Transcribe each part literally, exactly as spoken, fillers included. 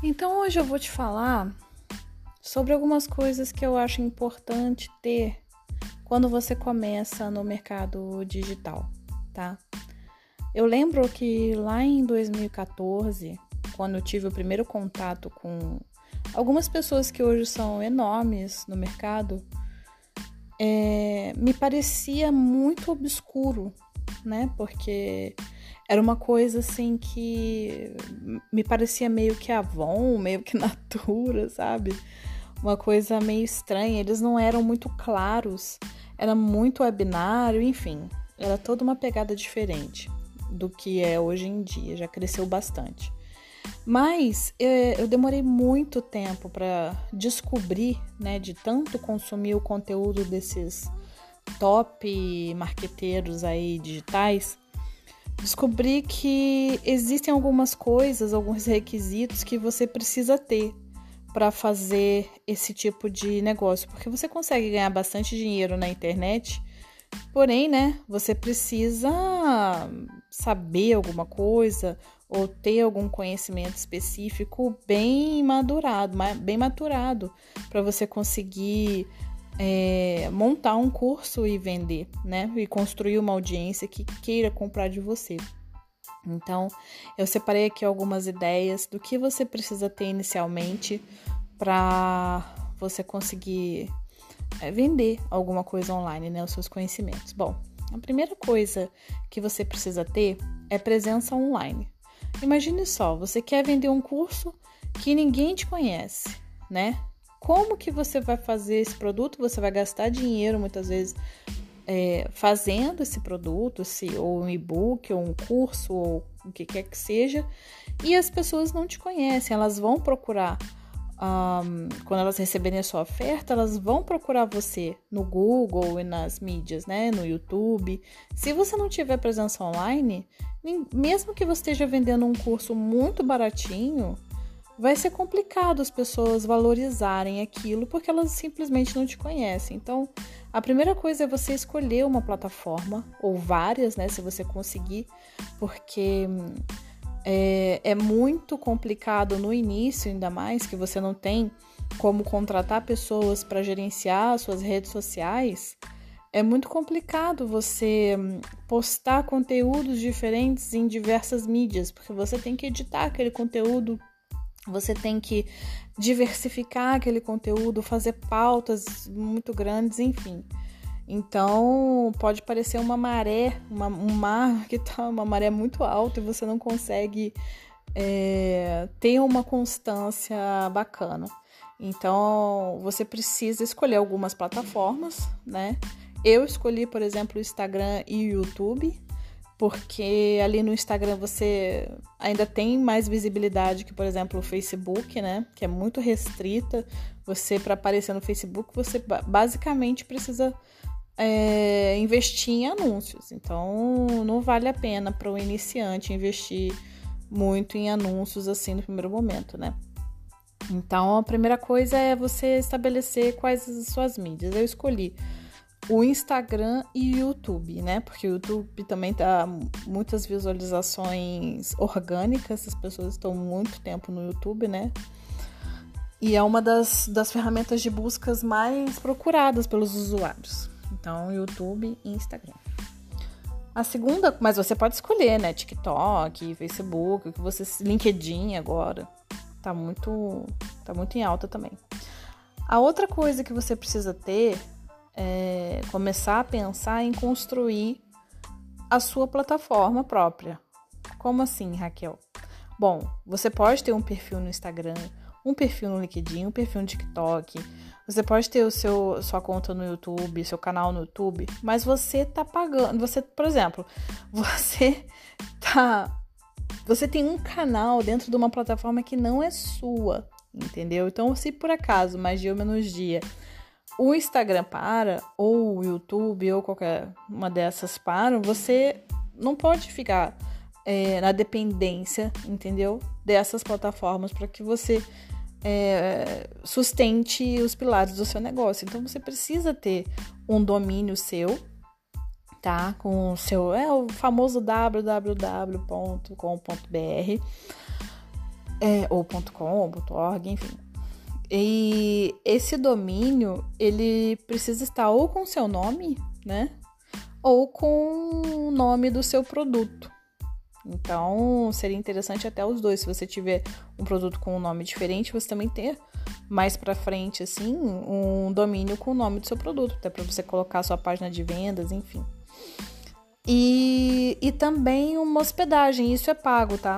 Então hoje eu vou te falar sobre algumas coisas que eu acho importante ter quando você começa no mercado digital, tá? Eu lembro que lá em dois mil e quatorze, quando eu tive o primeiro contato com algumas pessoas que hoje são enormes no mercado, é, me parecia muito obscuro, né? Porque era uma coisa assim que me parecia meio que Avon, meio que Natura, sabe? Uma coisa meio estranha. Eles não eram muito claros, era muito webinário, enfim. Era toda uma pegada diferente do que é hoje em dia, já cresceu bastante. Mas eu demorei muito tempo para descobrir, né, de tanto consumir o conteúdo desses top marqueteiros aí digitais, descobri que existem algumas coisas, alguns requisitos que você precisa ter para fazer esse tipo de negócio, porque você consegue ganhar bastante dinheiro na internet, porém, né, você precisa saber alguma coisa ou ter algum conhecimento específico bem madurado, bem maturado, para você conseguir é, montar um curso e vender, né? E construir uma audiência que queira comprar de você. Então, eu separei aqui algumas ideias do que você precisa ter inicialmente para você conseguir é, vender alguma coisa online, né? Os seus conhecimentos. Bom, a primeira coisa que você precisa ter é presença online. Imagine só, você quer vender um curso que ninguém te conhece, né? Como que você vai fazer esse produto? Você vai gastar dinheiro, muitas vezes, é, fazendo esse produto, se, ou um e-book, ou um curso, ou o que quer que seja, e as pessoas não te conhecem, elas vão procurar, um, quando elas receberem a sua oferta, elas vão procurar você no Google e nas mídias, né, no YouTube. Se você não tiver presença online, mesmo que você esteja vendendo um curso muito baratinho, vai ser complicado as pessoas valorizarem aquilo porque elas simplesmente não te conhecem. Então, a primeira coisa é você escolher uma plataforma, ou várias, né, se você conseguir, porque é, é muito complicado no início, ainda mais que você não tem como contratar pessoas para gerenciar suas redes sociais. É muito complicado você postar conteúdos diferentes em diversas mídias, porque você tem que editar aquele conteúdo, você tem que diversificar aquele conteúdo, fazer pautas muito grandes, enfim. Então, pode parecer uma maré, uma, um mar que tá uma maré muito alta e você não consegue é, ter uma constância bacana. Então, você precisa escolher algumas plataformas, né? Eu escolhi, por exemplo, o Instagram e o YouTube, porque ali no Instagram você ainda tem mais visibilidade que, por exemplo, o Facebook, né? Que é muito restrita. Você, para aparecer no Facebook, você basicamente precisa é, investir em anúncios. Então, não vale a pena para o iniciante investir muito em anúncios assim no primeiro momento, né? Então, a primeira coisa é você estabelecer quais as suas mídias. Eu escolhi o Instagram e o YouTube, né? Porque o YouTube também dá muitas visualizações orgânicas, as pessoas estão muito tempo no YouTube, né? E é uma das, das ferramentas de buscas mais procuradas pelos usuários. Então, YouTube e Instagram. A segunda, mas você pode escolher, né? TikTok, Facebook, o que você, LinkedIn agora. Tá muito, tá muito em alta também. A outra coisa que você precisa ter é começar a pensar em construir a sua plataforma própria. Como assim, Raquel? Bom, você pode ter um perfil no Instagram, um perfil no LinkedIn, um perfil no TikTok, você pode ter o seu, sua conta no YouTube, seu canal no YouTube, mas você tá pagando, você, por exemplo, você tá, você tem um canal dentro de uma plataforma que não é sua, entendeu? Então, se por acaso, mais dia ou menos dia, o Instagram para, ou o YouTube, ou qualquer uma dessas param, você não pode ficar é, na dependência, entendeu? Dessas plataformas para que você é, sustente os pilares do seu negócio. Então, você precisa ter um domínio seu, tá? Com o seu, é o famoso w w w ponto com ponto b r, é, ou .com, ou .org, enfim. E esse domínio, ele precisa estar ou com o seu nome, né? Ou com o nome do seu produto. Então, seria interessante até os dois. Se você tiver um produto com um nome diferente, você também ter mais pra frente, assim, um domínio com o nome do seu produto, até para você colocar a sua página de vendas, enfim. E, e também uma hospedagem, isso é pago, tá?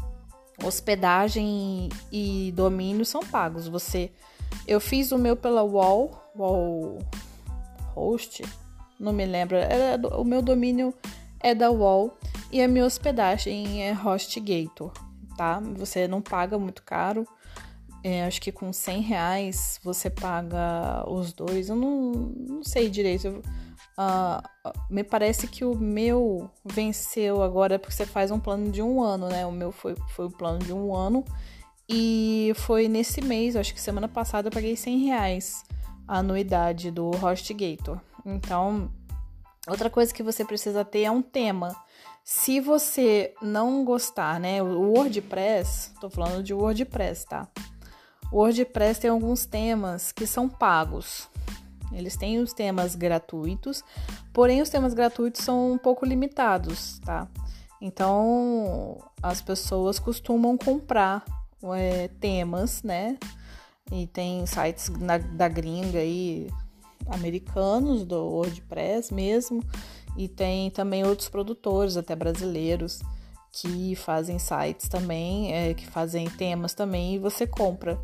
Hospedagem e domínio são pagos. Você, eu fiz o meu pela Wall, Wall Host, não me lembro, era, o meu domínio é da Wall e a minha hospedagem é HostGator, tá? Você não paga muito caro, é, acho que com cem reais você paga os dois, eu não, não sei direito, eu, uh, me parece que o meu venceu agora porque você faz um plano de um ano, né? O meu foi, foi o plano de um ano e foi nesse mês, acho que semana passada eu paguei cem reais a anuidade do HostGator. Então, outra coisa que você precisa ter é um tema. Se você não gostar, né? O WordPress, tô falando de WordPress, tá? O WordPress tem alguns temas que são pagos. Eles têm os temas gratuitos, porém os temas gratuitos são um pouco limitados, tá? Então, as pessoas costumam comprar é, temas, né? E tem sites na, da gringa aí, americanos, do WordPress mesmo, e tem também outros produtores, até brasileiros, que fazem sites também, é, que fazem temas também, e você compra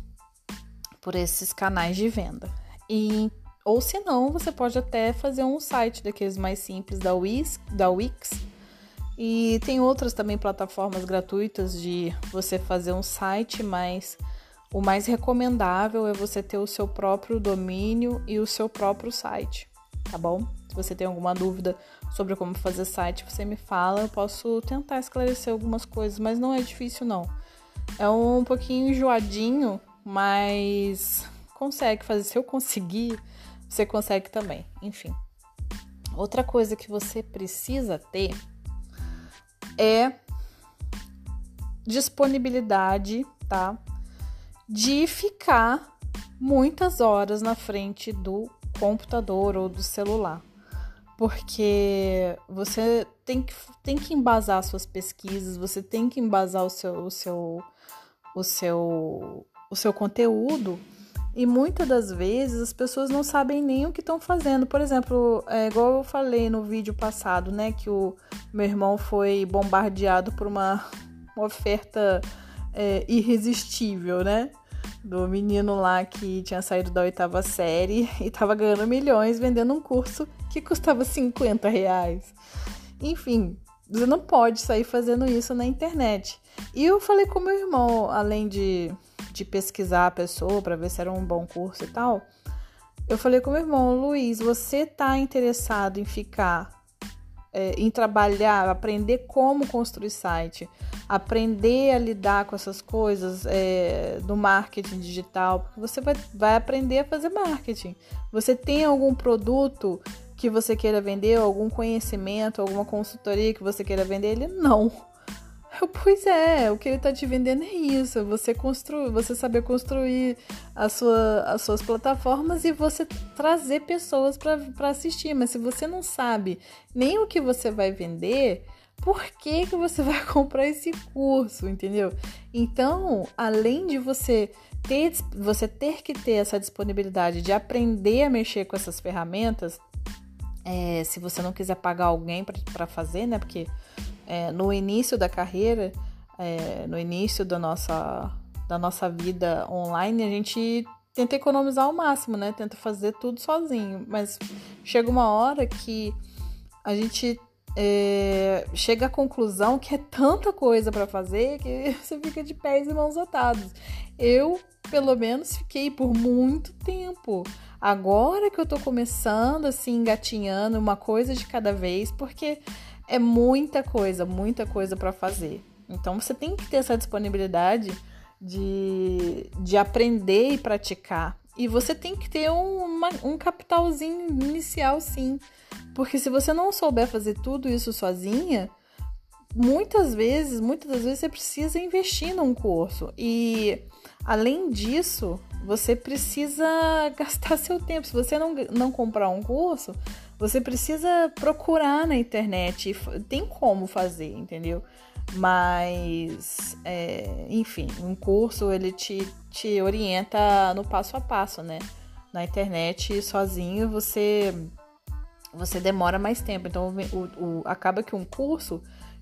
por esses canais de venda. E, ou se não, você pode até fazer um site daqueles mais simples da Wix, da Wix, e tem outras também plataformas gratuitas de você fazer um site, mas o mais recomendável é você ter o seu próprio domínio e o seu próprio site, tá bom? Se você tem alguma dúvida sobre como fazer site, você me fala, eu posso tentar esclarecer algumas coisas, mas não é difícil não. É um pouquinho enjoadinho, mas consegue fazer. Se eu conseguir, você consegue também. Enfim. Outra coisa que você precisa ter é disponibilidade, tá? De ficar muitas horas na frente do computador ou do celular, porque você tem que, tem que embasar suas pesquisas, você tem que embasar o seu, o seu, o seu, o seu conteúdo, e muitas das vezes as pessoas não sabem nem o que estão fazendo. Por exemplo, é, igual eu falei no vídeo passado, né, que o meu irmão foi bombardeado por uma, uma oferta É, irresistível, né? Do menino lá que tinha saído da oitava série e tava ganhando milhões vendendo um curso que custava cinquenta reais. Enfim, você não pode sair fazendo isso na internet. E eu falei com meu irmão, além de, de pesquisar a pessoa para ver se era um bom curso e tal, eu falei com meu irmão, Luiz, você tá interessado em ficar É, em trabalhar, aprender como construir site, aprender a lidar com essas coisas é, do marketing digital, porque você vai, vai aprender a fazer marketing. Você tem algum produto que você queira vender, algum conhecimento, alguma consultoria que você queira vender? Ele não. Eu, pois é, o que ele tá te vendendo é isso, você construir, você saber construir a sua, as suas plataformas e você trazer pessoas para assistir, mas se você não sabe nem o que você vai vender, por que que você vai comprar esse curso, entendeu? Então, além de você ter, você ter que ter essa disponibilidade de aprender a mexer com essas ferramentas, é, se você não quiser pagar alguém para fazer, né, porque É, no início da carreira, é, no início da nossa, da nossa vida online, a gente tenta economizar ao máximo, né? Tenta fazer tudo sozinho. Mas chega uma hora que a gente é, chega à conclusão que é tanta coisa para fazer que você fica de pés e mãos atados. Eu, pelo menos, fiquei por muito tempo. Agora que eu tô começando, assim, engatinhando uma coisa de cada vez, porque é muita coisa, muita coisa para fazer. Então, você tem que ter essa disponibilidade de, de aprender e praticar. E você tem que ter um, uma, um capitalzinho inicial, sim. Porque se você não souber fazer tudo isso sozinha, muitas vezes, muitas das vezes você precisa investir num curso. E além disso, você precisa gastar seu tempo. Se você não, não comprar um curso, você precisa procurar na internet. Tem como fazer, entendeu? Mas, é, enfim, um curso ele te, te orienta no passo a passo, né? Na internet, sozinho, você, você demora mais tempo. Então, o, o, acaba que um curso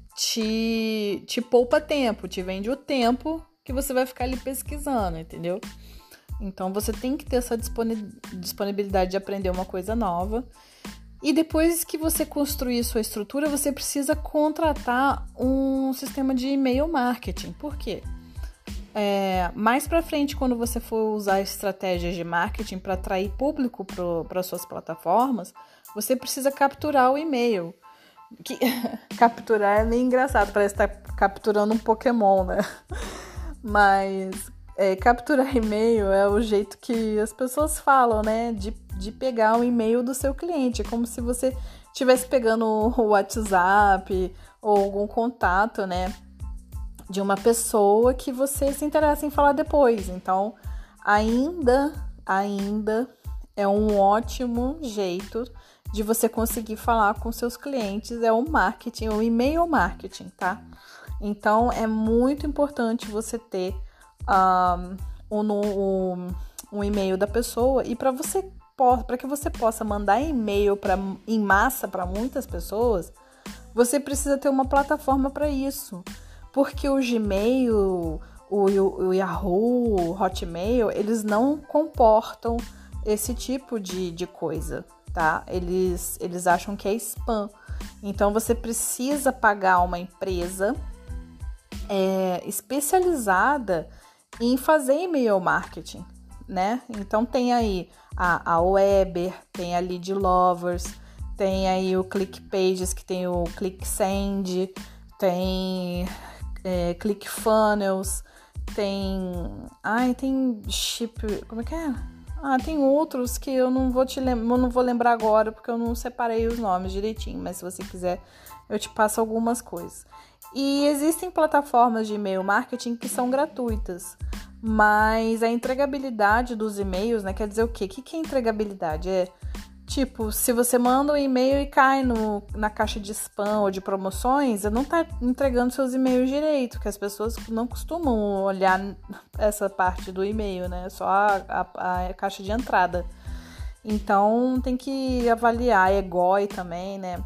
te, te poupa tempo, te vende o tempo que você vai ficar ali pesquisando, entendeu? Então, você tem que ter essa disponibilidade de aprender uma coisa nova. E depois que você construir sua estrutura, você precisa contratar um sistema de e-mail marketing. Por quê? É, mais para frente, quando você for usar estratégias de marketing para atrair público para suas plataformas, você precisa capturar o e-mail. Que, capturar é meio engraçado, parece estar capturando um Pokémon, né? Mas é, capturar e-mail é o jeito que as pessoas falam, né? De, de pegar o e-mail do seu cliente. É como se você estivesse pegando o WhatsApp ou algum contato, né? De uma pessoa que você se interessa em falar depois. Então, ainda, ainda é um ótimo jeito de você conseguir falar com seus clientes, é o marketing, o e-mail marketing, tá? Então, é muito importante você ter um, um, um, um e-mail da pessoa e para você, para que você possa mandar e-mail pra, em massa para muitas pessoas, você precisa ter uma plataforma para isso. Porque o Gmail, o, o, o Yahoo, o Hotmail, eles não comportam esse tipo de, de coisa, tá? Eles, eles acham que é spam. Então, você precisa pagar uma empresa é, especializada em fazer e-mail marketing, né? Então, tem aí a, a Weber, tem a Lead Lovers, tem aí o ClickPages, que tem o ClickSend, tem... É, ClickFunnels, tem... Ai, tem Chip... Como é que é? Ah, tem outros que eu não vou te lem... eu não vou lembrar agora, porque eu não separei os nomes direitinho, mas se você quiser, eu te passo algumas coisas. E existem plataformas de e-mail marketing que são gratuitas, mas a entregabilidade dos e-mails, né? Quer dizer o quê? O que é entregabilidade? É... Tipo, se você manda um e-mail e cai no, na caixa de spam ou de promoções, não tá entregando seus e-mails direito, porque as pessoas não costumam olhar essa parte do e-mail, né? Só a, a, a caixa de entrada. Então, tem que avaliar, E G O I também, né?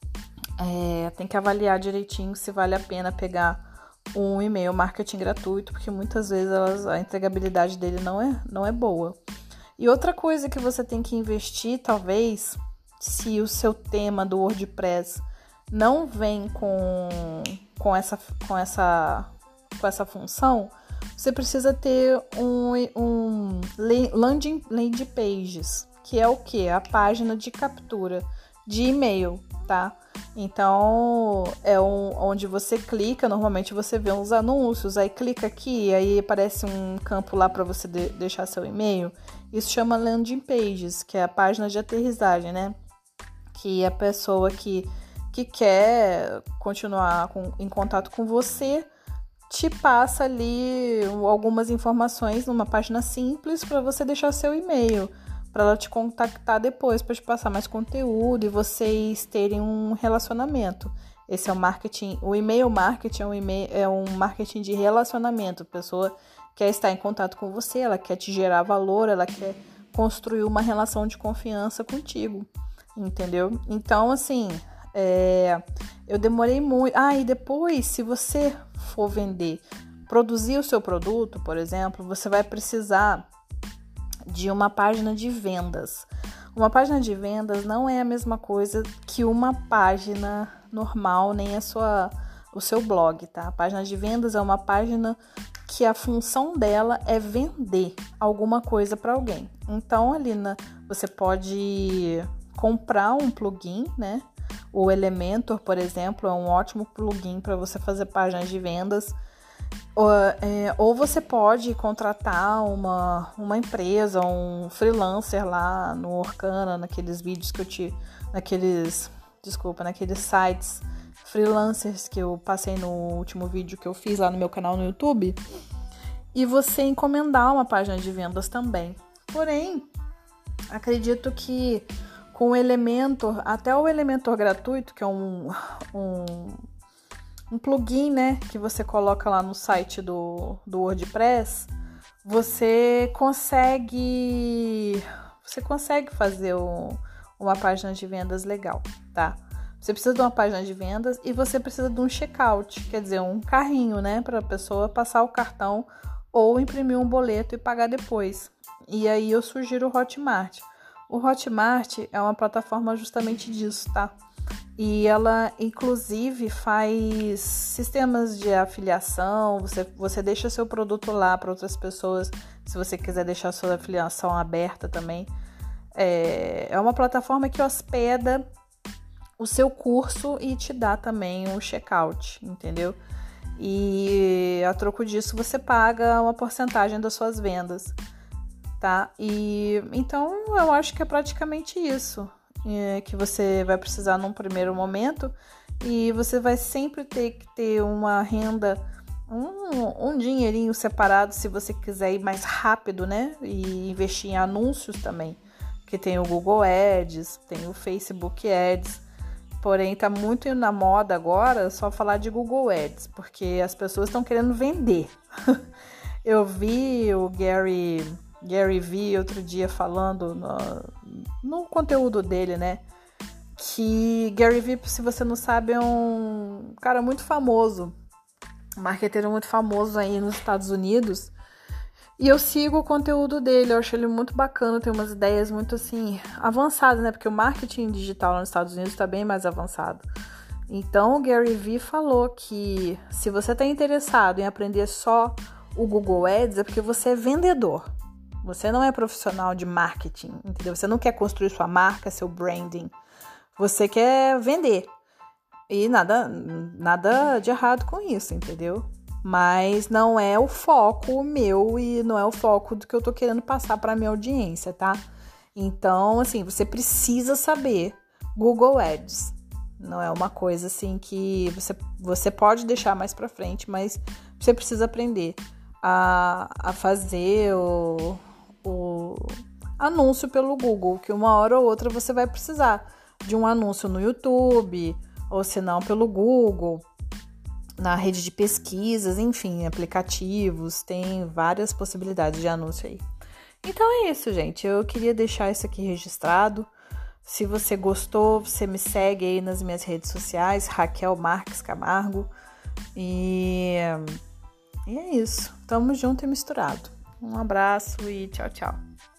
É, tem que avaliar direitinho se vale a pena pegar um e-mail marketing gratuito, porque muitas vezes elas, a entregabilidade dele não é, não é boa. E outra coisa que você tem que investir, talvez, se o seu tema do WordPress não vem com, com, essa, com, essa, com essa função, você precisa ter um, um landing, landing pages, que é o quê? A página de captura de e-mail, tá? Então, é um, onde você clica, normalmente você vê uns anúncios, aí clica aqui, aí aparece um campo lá para você de, deixar seu e-mail. Isso chama landing pages, que é a página de aterrissagem, né? Que a pessoa que, que quer continuar com, em contato com você te passa ali algumas informações numa página simples para você deixar seu e-mail, para ela te contactar depois, para te passar mais conteúdo e vocês terem um relacionamento. Esse é o marketing, o e-mail marketing é um, e-mail, é um marketing de relacionamento. A pessoa quer estar em contato com você, ela quer te gerar valor, ela quer construir uma relação de confiança contigo, entendeu? Então, assim, é, eu demorei muito... Ah, e depois, se você for vender, produzir o seu produto, por exemplo, você vai precisar de uma página de vendas. Uma página de vendas não é a mesma coisa que uma página normal, nem a sua, o seu blog, tá? A página de vendas é uma página que a função dela é vender alguma coisa para alguém. Então, ali na, você pode comprar um plugin, né? O Elementor, por exemplo, é um ótimo plugin para você fazer páginas de vendas. Ou, é, ou você pode contratar uma, uma empresa, um freelancer lá no Orkana, naqueles vídeos que eu te... Naqueles... Desculpa, naqueles sites freelancers que eu passei no último vídeo que eu fiz lá no meu canal no YouTube, e você encomendar uma página de vendas também. Porém, acredito que com o Elementor, até o Elementor gratuito, que é um, um, um plugin, né, que você coloca lá no site do, do WordPress, você consegue, você consegue fazer um, uma página de vendas legal, tá? Você precisa de uma página de vendas e você precisa de um checkout, quer dizer, um carrinho, né, para a pessoa passar o cartão ou imprimir um boleto e pagar depois. E aí eu sugiro o Hotmart. O Hotmart é uma plataforma justamente disso, tá? E ela, inclusive, faz sistemas de afiliação, você, você deixa seu produto lá para outras pessoas, se você quiser deixar sua afiliação aberta também. É, é uma plataforma que hospeda o seu curso e te dá também um checkout, entendeu? E a troco disso você paga uma porcentagem das suas vendas, tá? E então eu acho que é praticamente isso é, que você vai precisar num primeiro momento, e você vai sempre ter que ter uma renda, um, um dinheirinho separado se você quiser ir mais rápido, né? E investir em anúncios também, que tem o Google Ads, tem o Facebook Ads. Porém, tá muito na moda agora só falar de Google Ads, porque as pessoas estão querendo vender. Eu vi o Gary, Gary Vee outro dia falando no, no conteúdo dele, né? Que Gary Vee, se você não sabe, é um cara muito famoso, um marqueteiro muito famoso aí nos Estados Unidos. E eu sigo o conteúdo dele, eu acho ele muito bacana, tem umas ideias muito assim, avançadas, né? Porque o marketing digital lá nos Estados Unidos está bem mais avançado. Então o Gary Vee falou que se você está interessado em aprender só o Google Ads, é porque você é vendedor. Você não é profissional de marketing, entendeu? Você não quer construir sua marca, seu branding. Você quer vender. E nada, nada de errado com isso, entendeu? Mas não é o foco meu e não é o foco do que eu tô querendo passar para minha audiência, tá? Então, assim, você precisa saber Google Ads. Não é uma coisa assim que você, você pode deixar mais para frente, mas você precisa aprender a, a fazer o, o anúncio pelo Google, que uma hora ou outra você vai precisar de um anúncio no YouTube, ou se não pelo Google, na rede de pesquisas, enfim, aplicativos, tem várias possibilidades de anúncio aí. Então é isso, gente. Eu queria deixar isso aqui registrado. Se você gostou, você me segue aí nas minhas redes sociais, Raquel Marques Camargo. E, e é isso. Tamo junto e misturado. Um abraço e tchau, tchau.